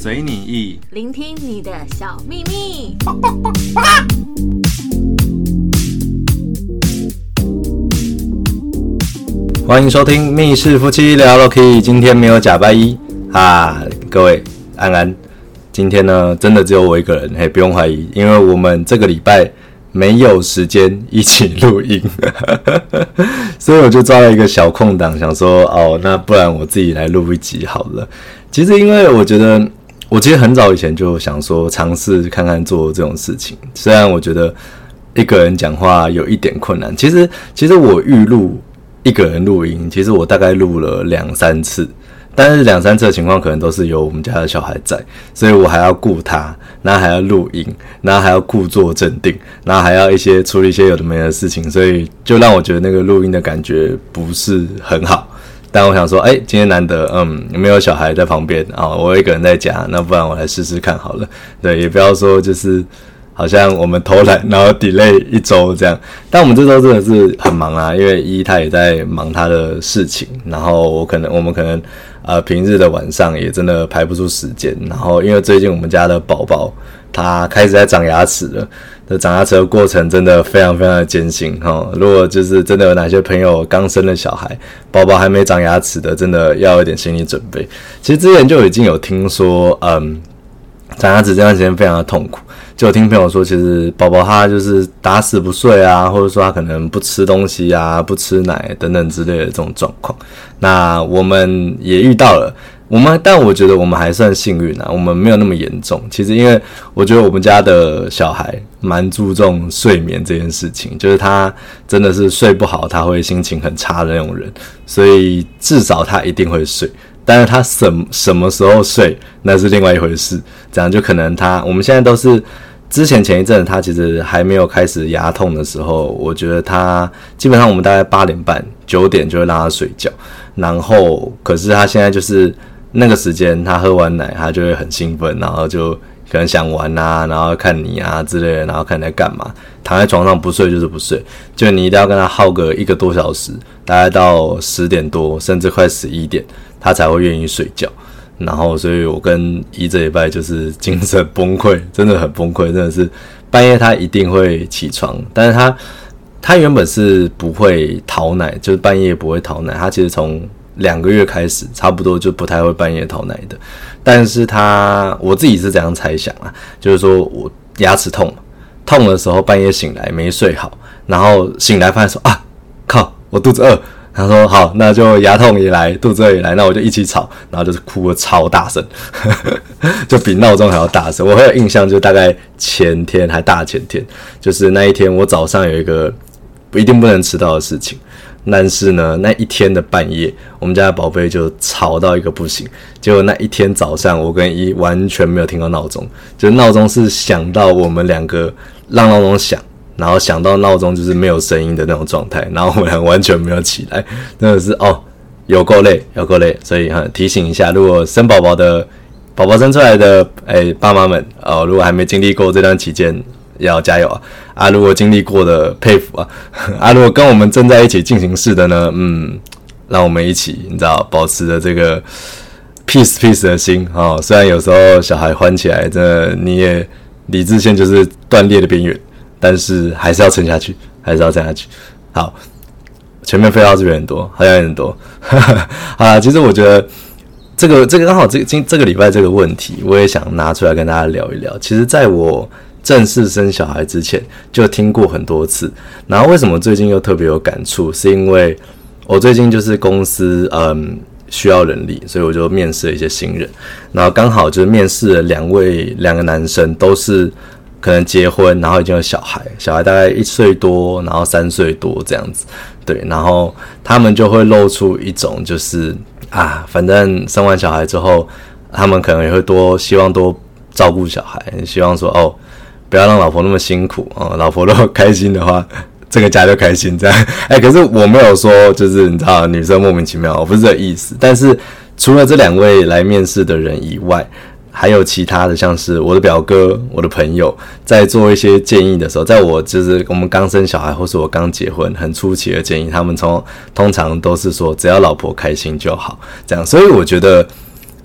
随你意， 聆听你的小秘密。 欢迎收听《密室夫妻聊 Loki》，今天没有假拜一啊，各位安安。今天呢，真的只有我一个人，嘿，不用怀疑，因为我们这个礼拜没有时间一起录音，所以我就抓了一个小空档，想说哦，那不然我自己来录一集好了。其实因为我觉得，我其实很早以前就想说尝试看看做这种事情，虽然我觉得一个人讲话有一点困难。其实我预录一个人录音，其实我大概录了2-3次。但是2-3次的情况可能都是有我们家的小孩在，所以我还要顾他，然后还要录音，然后还要故作镇定，然后还要处理一些有的没的事情，所以就让我觉得那个录音的感觉不是很好。但我想说，今天难得，没有小孩在旁边啊，我一个人在家，那不然我来试试看好了。对，也不要说就是好像我们偷懒，然后 delay 1周这样。但我们这周真的是很忙啊，因为他也在忙他的事情，然后我们可能平日的晚上也真的排不出时间。然后因为最近我们家的宝宝他开始在长牙齿了，这长牙齿的过程真的非常非常的艰辛齁。如果就是真的有哪些朋友刚生了小孩，宝宝还没长牙齿的，真的要有点心理准备。其实之前就已经有听说，长牙齿这段时间非常的痛苦。就有听朋友说，其实宝宝他就是打死不睡啊，或者说他可能不吃东西啊，不吃奶等等之类的这种状况。那我们也遇到了，但我觉得我们还算幸运啊，我们没有那么严重。其实因为我觉得我们家的小孩蛮注重睡眠这件事情，就是他真的是睡不好，他会心情很差的那种人，所以至少他一定会睡。但是他什么时候睡那是另外一回事，这样就可能我们现在都是前一阵子他其实还没有开始牙痛的时候，我觉得他基本上我们大概8点半9点就会让他睡觉，然后可是他现在就是那个时间他喝完奶他就会很兴奋，然后就可能想玩啊，然后看你啊之类的，然后看你在干嘛，躺在床上不睡就是不睡，就你一定要跟他耗个1个多小时，大概到10点多甚至快11点他才会愿意睡觉。然后所以我跟一这礼拜就是精神崩溃，真的很崩溃，真的是半夜他一定会起床，但是他原本是不会讨奶，就是半夜不会讨奶，他其实从2个月开始差不多就不太会半夜讨奶的。但是我自己是这样猜想啊，就是说我牙齿痛的时候半夜醒来没睡好，然后醒来发现说啊靠我肚子饿，他说好，那就牙痛也来，肚子饿也来，那我就一起吵，然后就是哭得超大声，就比闹钟还要大声。我还有印象，就大概前天还大前天，就是那一天我早上有一个一定不能迟到的事情，但是呢那一天的半夜，我们家的宝贝就吵到一个不行。结果那一天早上，我跟一完全没有听到闹钟，就闹钟是响到我们2个让闹钟响。然后想到闹钟就是没有声音的那种状态，然后我们俩完全没有起来，真的是有够累。所以提醒一下，如果生宝宝生出来的爸妈们如果还没经历过这段期间，要加油啊！如果经历过的佩服啊！如果跟我们正在一起进行式的呢，让我们一起你知道保持着这个 peace 的心虽然有时候小孩欢起来，真的你也理智线就是断裂的边缘。但是还是要撑下去，好，前面废话是不是很多？好像有点多。好啦，其实我觉得这个刚好这个礼拜这个问题，我也想拿出来跟大家聊一聊。其实在我正式生小孩之前，就听过很多次。然后为什么最近又特别有感触？是因为我最近就是公司需要人力，所以我就面试了一些新人。然后刚好就是面试了2个男生，都是可能结婚，然后已经有小孩大概1岁多，然后3岁多这样子，对，然后他们就会露出一种就是反正生完小孩之后，他们可能也会希望多照顾小孩，希望说不要让老婆那么辛苦老婆如果开心的话，这个家就开心这样。可是我没有说就是你知道女生莫名其妙，我不是这个意思。但是除了这2位来面试的人以外，还有其他的，像是我的表哥、我的朋友，在做一些建议的时候，在我们刚生小孩或是我刚结婚很初期的建议，他们通常都是说只要老婆开心就好，这样。所以我觉得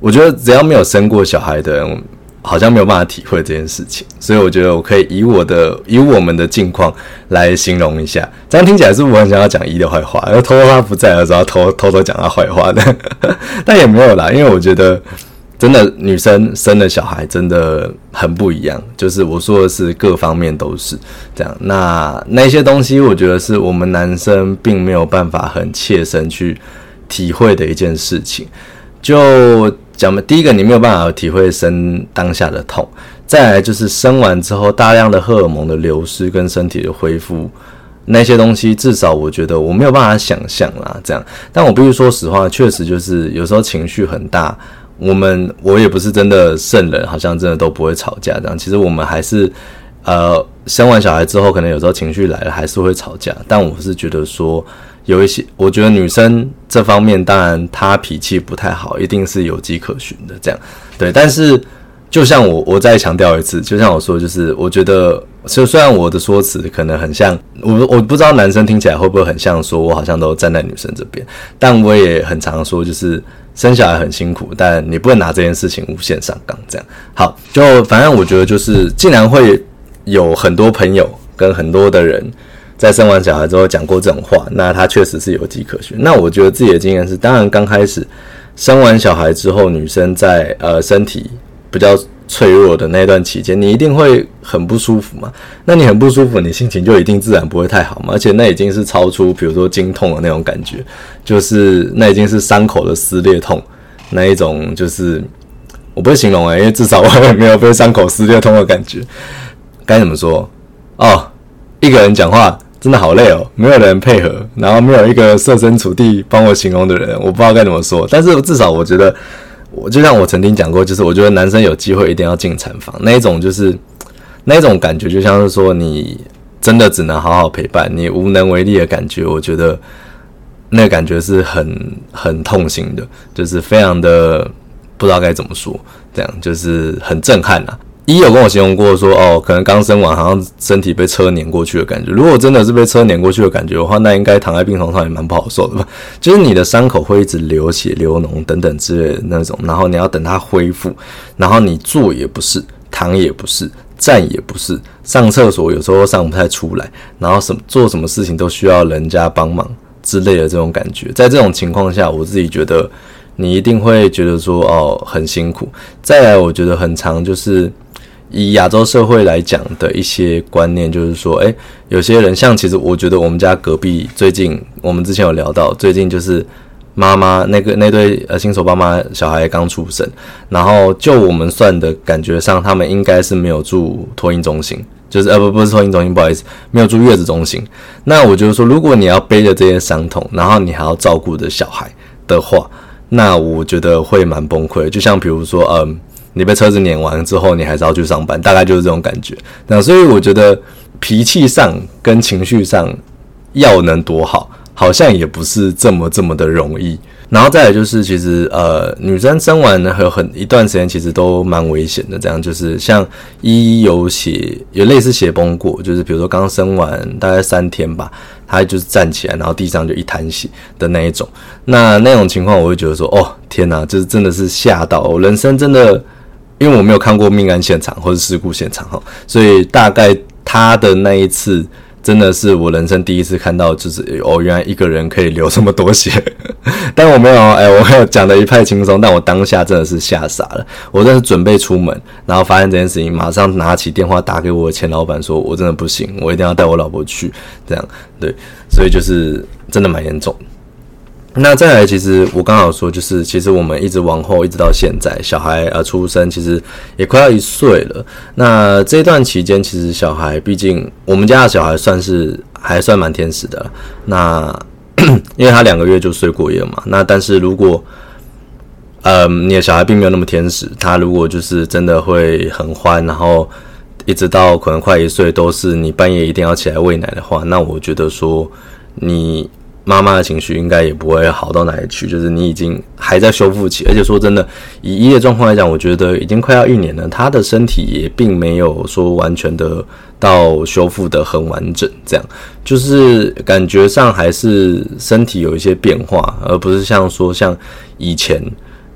我觉得只要没有生过小孩的人，好像没有办法体会这件事情，所以我觉得我可以以我们的境况来形容一下。这样听起来是不是我很想要讲一的坏话，然后偷偷他不在的时候偷偷讲他坏话的，但也没有啦，因为我觉得真的女生生了小孩真的很不一样，就是我说的是各方面都是这样。那些东西，我觉得是我们男生并没有办法很切身去体会的一件事情。就讲第一个，你没有办法体会生当下的痛，再来就是生完之后大量的荷尔蒙的流失跟身体的恢复，那些东西至少我觉得我没有办法想象啦，这样。但我必须说实话，确实就是有时候情绪很大，我也不是真的圣人，好像真的都不会吵架这样。其实我们还是生完小孩之后，可能有时候情绪来了还是会吵架，但我是觉得说有一些，我觉得女生这方面当然她脾气不太好，一定是有迹可循的这样。对，但是就像我再强调一次，就像我说，就是我觉得虽然我的说辞可能很像我不知道男生听起来会不会很像说我好像都站在女生这边，但我也很常说就是生小孩很辛苦，但你不能拿这件事情无限上纲这样。好，就反正我觉得就是竟然会有很多朋友跟很多的人在生完小孩之后讲过这种话，那他确实是有迹可循。那我觉得自己的经验是，当然刚开始生完小孩之后，女生在身体比较脆弱的那段期间，你一定会很不舒服嘛。那你很不舒服，你心情就一定自然不会太好嘛。而且那已经是超出比如说经痛的那种感觉，就是那已经是伤口的撕裂痛那一种，就是我不会形容因为至少我也没有被伤口撕裂痛的感觉。该怎么说？一个人讲话真的好累哦，没有人配合，然后没有一个设身处地帮我形容的人，我不知道该怎么说。但是至少我觉得，就像我曾经讲过，就是我觉得男生有机会一定要进产房，那一种就是那一种感觉，就像是说你真的只能好好陪伴，你无能为力的感觉，我觉得那个感觉是很痛心的，就是非常的不知道该怎么说，这样就是很震撼啊。有跟我形容过说可能刚生完好像身体被车碾过去的感觉。如果真的是被车碾过去的感觉的话，那应该躺在病床上也蛮不好受的吧。就是你的伤口会一直流血流脓等等之类的那种，然后你要等它恢复，然后你坐也不是，躺也不是，站也不是，上厕所有时候上不太出来，然后做什么事情都需要人家帮忙之类的这种感觉。在这种情况下，我自己觉得你一定会觉得说很辛苦。再来我觉得很常就是以亚洲社会来讲的一些观念，就是说有些人像其实我觉得我们家隔壁最近我们之前有聊到，最近就是妈妈那对新手爸妈小孩刚出生，然后就我们算的感觉上他们应该是没有住托婴中心，就是不是托婴中心，不好意思，没有住月子中心。那我觉得说如果你要背着这些伤痛，然后你还要照顾着小孩的话，那我觉得会蛮崩溃的。就像比如说你被车子碾完之后，你还是要去上班，大概就是这种感觉。那所以我觉得脾气上跟情绪上要能多好，好像也不是这么的容易。然后再来就是其实女生生完呢有一段时间其实都蛮危险的，这样就是像有类似血崩过，就是比如说刚生完大概3天吧，她就是站起来然后地上就一滩血的那一种。那种情况我会觉得说天哪，就是真的是吓到我人生真的，因为我没有看过命案现场或是事故现场所以大概他的那一次真的是我人生第一次看到，就是原来一个人可以流这么多血但我没有讲的一派轻松，但我当下真的是吓傻了。我真的是准备出门，然后发现这件事情，马上拿起电话打给我的前老板说，我真的不行，我一定要带我老婆去，这样对，所以就是真的蛮严重的。那再来，其实我刚好说，就是其实我们一直往后，一直到现在，小孩出生，其实也快要1岁了。那这段期间，其实小孩，毕竟我们家的小孩还算蛮天使的了。那因为他2个月就睡过夜了嘛。那但是如果你的小孩并没有那么天使，他如果就是真的会很欢，然后一直到可能快1岁都是你半夜一定要起来喂奶的话，那我觉得说你妈妈的情绪应该也不会好到哪里去，就是你已经还在修复期，而且说真的，以的状况来讲，我觉得已经快要1年了，他的身体也并没有说完全的到修复的很完整，这样就是感觉上还是身体有一些变化，而不是像以前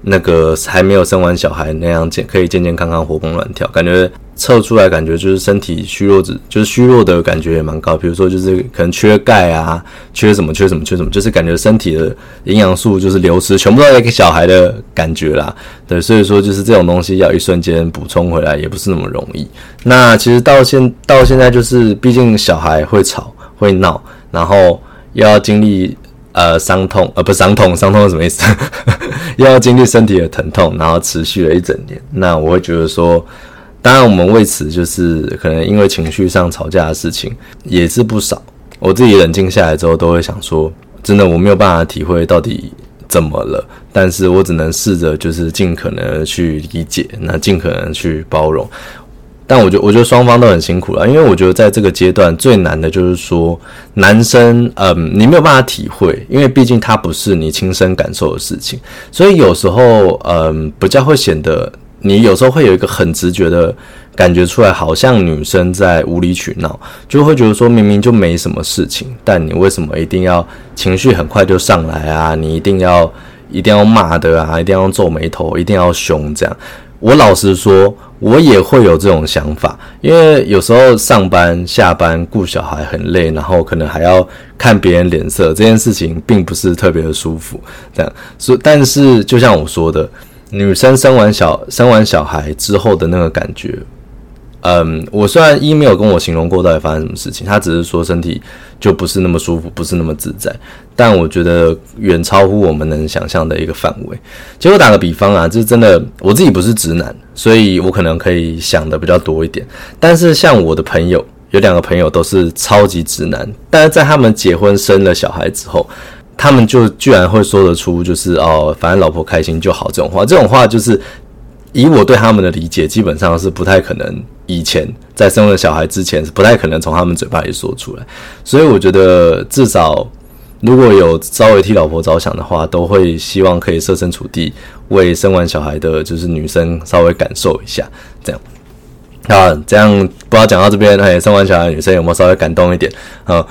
那个还没有生完小孩那样可以健健康康活蹦乱跳，感觉测出来感觉就是身体虚弱就是虚弱的感觉也蛮高，比如说就是可能缺钙啊，缺什么，就是感觉身体的营养素就是流失，全部都在给小孩的感觉啦。对，所以说就是这种东西要一瞬间补充回来也不是那么容易。那其实到现在就是毕竟小孩会吵会闹，然后又要经历伤痛是什么意思？又要经历身体的疼痛，然后持续了一整年。那我会觉得说，当然我们为此就是可能因为情绪上吵架的事情也是不少。我自己冷静下来之后，都会想说，真的我没有办法体会到底怎么了，但是我只能试着就是尽可能的去理解，那尽可能去包容。但我觉得双方都很辛苦了，因为我觉得在这个阶段最难的就是说，男生你没有办法体会，因为毕竟它不是你亲身感受的事情，所以有时候比较会显得你有时候会有一个很直觉的感觉出来，好像女生在无理取闹，就会觉得说明明就没什么事情，但你为什么一定要情绪很快就上来啊？你一定要骂的啊，一定要皱眉头，一定要凶这样。我老实说，我也会有这种想法，因为有时候上班下班顾小孩很累，然后可能还要看别人脸色，这件事情并不是特别的舒服这样。但是就像我说的，女生生完小孩之后的那个感觉，我虽然没有跟我形容过到底发生什么事情，他只是说身体就不是那么舒服，不是那么自在，但我觉得远超乎我们能想象的一个范围。结果打个比方啊，就是真的我自己不是直男，所以我可能可以想的比较多一点，但是像我的朋友有2个朋友都是超级直男，但是在他们结婚生了小孩之后，他们就居然会说得出就是反正老婆开心就好这种话就是以我对他们的理解，基本上是不太可能，以前在生了小孩之前是不太可能从他们嘴巴里说出来。所以我觉得至少如果有稍微替老婆着想的话，都会希望可以设身处地为生完小孩的就是女生稍微感受一下这样。这样不知道讲到这边，生完小孩的女生有没有稍微感动一点啊？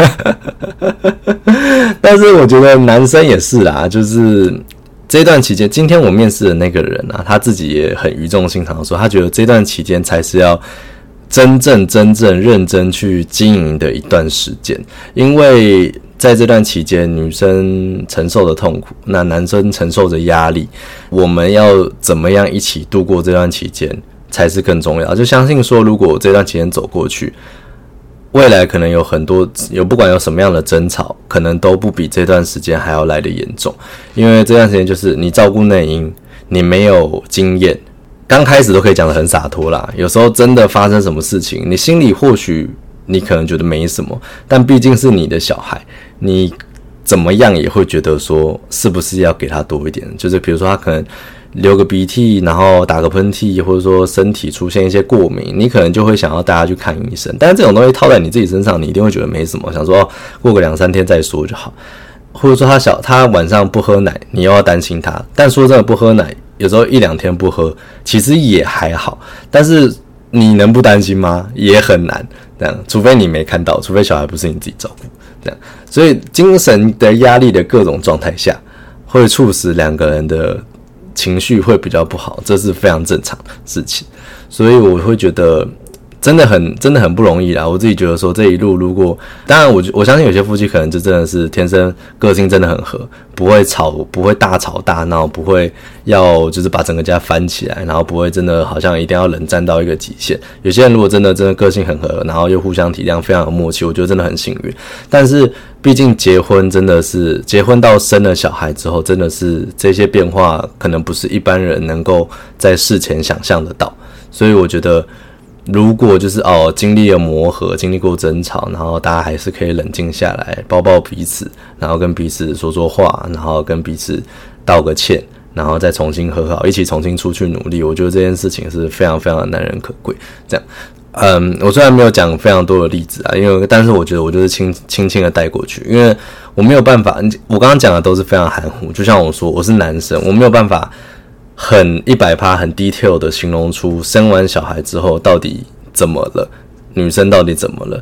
但是我觉得男生也是啦，就是这段期间，今天我面试的那个人啊，他自己也很语重心长的说，他觉得这段期间才是要真正认真去经营的一段时间，因为在这段期间，女生承受的痛苦，那男生承受着压力，我们要怎么样一起度过这段期间才是更重要。就相信说，如果这段期间走过去，未来可能有很多不管有什么样的争吵，可能都不比这段时间还要来得严重。因为这段时间就是你照顾内因，你没有经验，刚开始都可以讲得很洒脱啦，有时候真的发生什么事情，你心里或许你可能觉得没什么，但毕竟是你的小孩，你怎么样也会觉得说是不是要给他多一点，就是比如说他可能流个鼻涕，然后打个喷嚏，或者说身体出现一些过敏，你可能就会想要带他去看医生。但是这种东西套在你自己身上，你一定会觉得没什么，想说过个2-3天再说就好。或者说他晚上不喝奶，你又要担心他。但说真的，不喝奶有时候1-2天不喝，其实也还好。但是你能不担心吗？也很难。这样，除非你没看到，除非小孩不是你自己照顾。这样，所以精神的压力的各种状态下，会促使2个人的情绪会比较不好，这是非常正常的事情。所以我会觉得真的很不容易啦。我自己觉得说这一路，如果当然我相信有些夫妻可能就真的是天生个性真的很合，不会大吵大闹，不会要就是把整个家翻起来，然后不会真的好像一定要冷战到一个极限。有些人如果真的个性很合，然后又互相体谅，非常有默契，我觉得真的很幸运。但是毕竟结婚到生了小孩之后，真的是这些变化可能不是一般人能够在事前想象得到。所以我觉得如果就是经历了磨合，经历过争吵，然后大家还是可以冷静下来，抱抱彼此，然后跟彼此说说话，然后跟彼此道个歉，然后再重新和好，一起重新出去努力。我觉得这件事情是非常非常的难能可贵。这样，我虽然没有讲非常多的例子啊，但是我觉得我就是轻轻的带过去，因为我没有办法，我刚刚讲的都是非常含糊。就像我说，我是男生，我没有办法很100%很 detail 的形容出生完小孩之后到底怎么了，女生到底怎么了。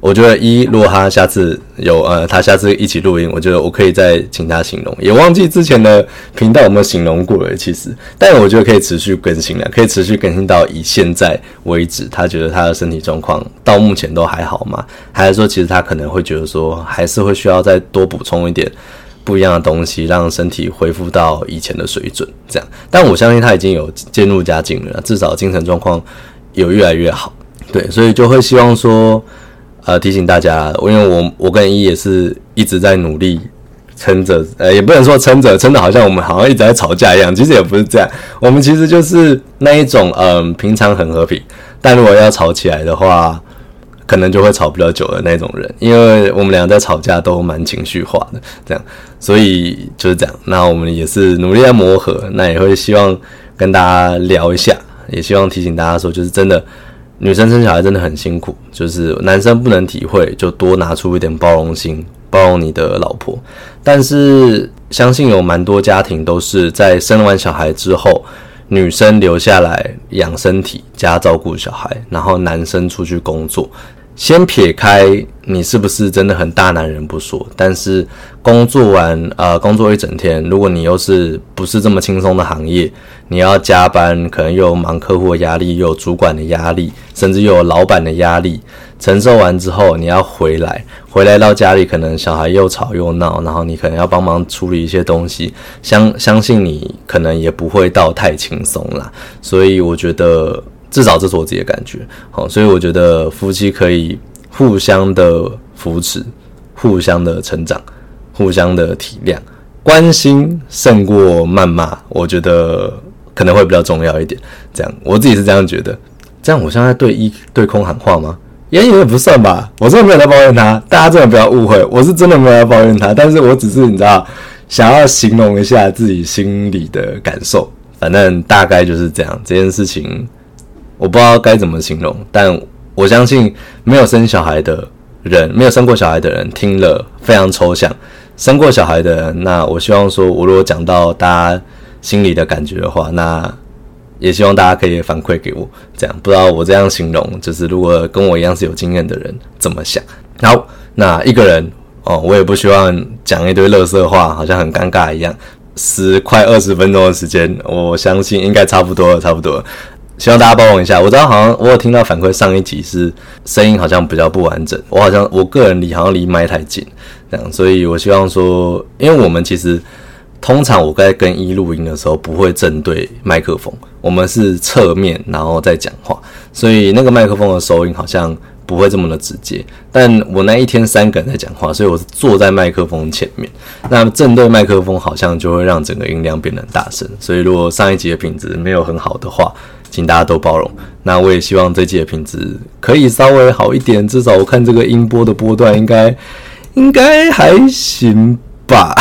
我觉得如果他下次他下次一起录音，我觉得我可以再请他形容，也忘记之前的频道有没有形容过了，其实，但我觉得可以持续更新了，可以持续更新到以现在为止，他觉得他的身体状况到目前都还好吗？还是说其实他可能会觉得说，还是会需要再多补充一点不一样的东西，让身体恢复到以前的水准，这样。但我相信他已经有渐入佳境了，至少精神状况有越来越好，对，所以就会希望说。提醒大家，因为我跟也是一直在努力撑着，也不能说撑着好像我们好像一直在吵架一样，其实也不是这样，我们其实就是那一种平常很和平，但如果要吵起来的话，可能就会吵比较久的那种人，因为我们俩在吵架都蛮情绪化的，这样，所以就是这样。那我们也是努力在磨合，那也会希望跟大家聊一下，也希望提醒大家说，就是真的。女生生小孩真的很辛苦，就是男生不能体会，就多拿出一点包容心，包容你的老婆。但是相信有蛮多家庭都是在生完小孩之后，女生留下来养身体加照顾小孩，然后男生出去工作。先撇开你是不是真的很大男人不说，但是工作一整天，如果你又是不是这么轻松的行业，你要加班，可能又有忙客户的压力，又有主管的压力，甚至又有老板的压力，承受完之后你要回来到家里，可能小孩又吵又闹，然后你可能要帮忙处理一些东西，相信你可能也不会到太轻松啦。所以我觉得至少这是我自己的感觉，好，所以我觉得夫妻可以互相的扶持，互相的成长，互相的体谅，关心胜过谩骂，我觉得可能会比较重要一点。这样，我自己是这样觉得。这样，我现在对空喊话吗？也不算吧，我真的没有在抱怨他，大家真的不要误会，我是真的没有在抱怨他，但是我只是你知道，想要形容一下自己心里的感受，反正大概就是这样。这件事情。我不知道该怎么形容，但我相信没有生过小孩的人听了非常抽象，生过小孩的人，那我希望说，我如果讲到大家心里的感觉的话，那也希望大家可以反馈给我，这样不知道我这样形容，就是如果跟我一样是有经验的人怎么想。好，那一个人我也不希望讲一堆垃圾话，好像很尴尬一样，快20分钟的时间，我相信应该差不多了。希望大家包容一下，我知道好像我有听到反馈，上一集是声音好像比较不完整，我个人好像离麦太近，这样，所以我希望说，因为我们其实通常我在跟录音的时候不会正对麦克风，我们是侧面然后再讲话，所以那个麦克风的收音好像不会这么的直接。但我那一天3个人在讲话，所以我是坐在麦克风前面，那正对麦克风好像就会让整个音量变得很大声，所以如果上一集的品质没有很好的话，请大家都包容。那我也希望这集的品质可以稍微好一点，至少我看这个音波的波段应该还行吧。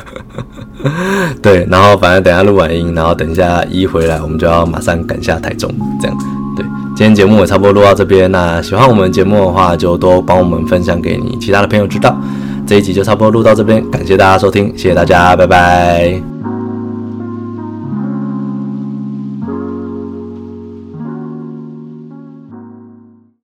对，然后反正等一下录完音，然后等一下回来，我们就要马上赶下台中，这样。对，今天节目也差不多录到这边。那喜欢我们节目的话，就多帮我们分享给你其他的朋友知道。这一集就差不多录到这边，感谢大家收听，谢谢大家，拜拜。